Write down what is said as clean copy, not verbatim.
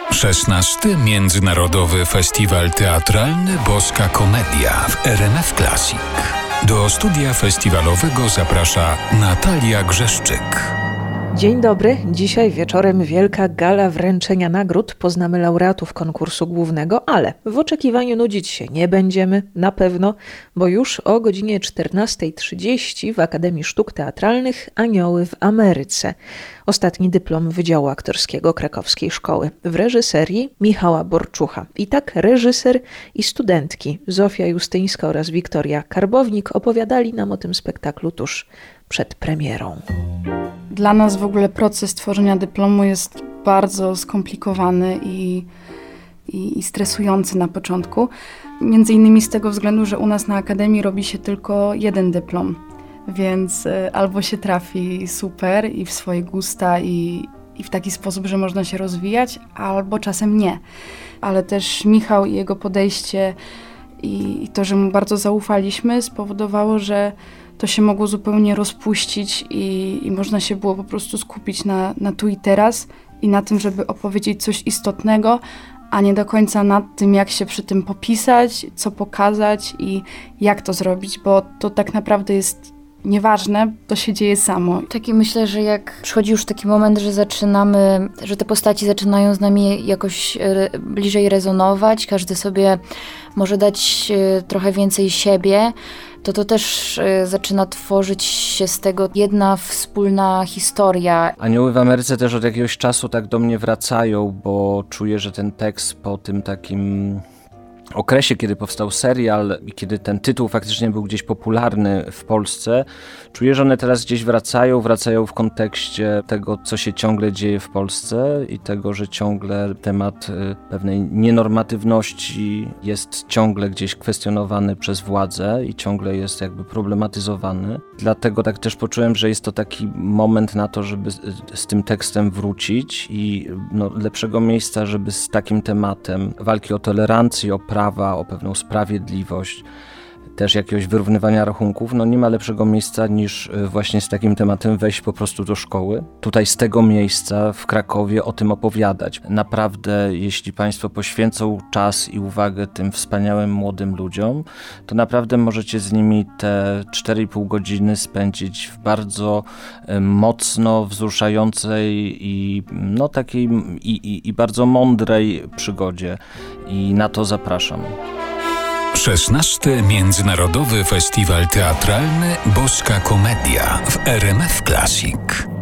16. Międzynarodowy Festiwal Teatralny Boska Komedia w RMF Classic. Do studia festiwalowego zaprasza Natalia Grzeszczyk. Dzień dobry. Dzisiaj wieczorem wielka gala wręczenia nagród. Poznamy laureatów konkursu głównego, ale w oczekiwaniu nudzić się nie będziemy, na pewno, bo już o godzinie 14:30 w Akademii Sztuk Teatralnych Anioły w Ameryce. Ostatni dyplom Wydziału Aktorskiego Krakowskiej Szkoły w reżyserii Michała Borczucha. I tak reżyser i studentki Zofia Justyńska oraz Wiktoria Karbownik opowiadali nam o tym spektaklu tuż przed premierą. Dla nas w ogóle proces tworzenia dyplomu jest bardzo skomplikowany i stresujący na początku. Między innymi z tego względu, że u nas na Akademii robi się tylko jeden dyplom. Więc albo się trafi super i w swoje gusta i w taki sposób, że można się rozwijać, albo czasem nie. Ale też Michał i jego podejście i to, że mu bardzo zaufaliśmy, spowodowało, że to się mogło zupełnie rozpuścić i można się było po prostu skupić na tu i teraz i na tym, żeby opowiedzieć coś istotnego, a nie do końca nad tym, jak się przy tym popisać, co pokazać i jak to zrobić, bo to tak naprawdę jest nieważne, to się dzieje samo. Taki myślę, że jak przychodzi już taki moment, że zaczynamy, że te postaci zaczynają z nami jakoś bliżej rezonować, każdy sobie może dać trochę więcej siebie, to też zaczyna tworzyć się z tego jedna wspólna historia. Anioły w Ameryce też od jakiegoś czasu tak do mnie wracają, bo czuję, że ten tekst po tym takim okresie, kiedy powstał serial i kiedy ten tytuł faktycznie był gdzieś popularny w Polsce, czuję, że one teraz gdzieś wracają w kontekście tego, co się ciągle dzieje w Polsce i tego, że ciągle temat pewnej nienormatywności jest ciągle gdzieś kwestionowany przez władzę i ciągle jest jakby problematyzowany. Dlatego tak też poczułem, że jest to taki moment na to, żeby z tym tekstem wrócić i lepszego miejsca, żeby z takim tematem walki o tolerancję, o prawa, o pewną sprawiedliwość, też jakiegoś wyrównywania rachunków, nie ma lepszego miejsca niż właśnie z takim tematem wejść po prostu do szkoły. Tutaj z tego miejsca w Krakowie o tym opowiadać. Naprawdę, jeśli Państwo poświęcą czas i uwagę tym wspaniałym młodym ludziom, to naprawdę możecie z nimi te 4,5 godziny spędzić w bardzo mocno wzruszającej i takiej i bardzo mądrej przygodzie. I na to zapraszam. 16. Międzynarodowy Festiwal Teatralny Boska Komedia w RMF Classic.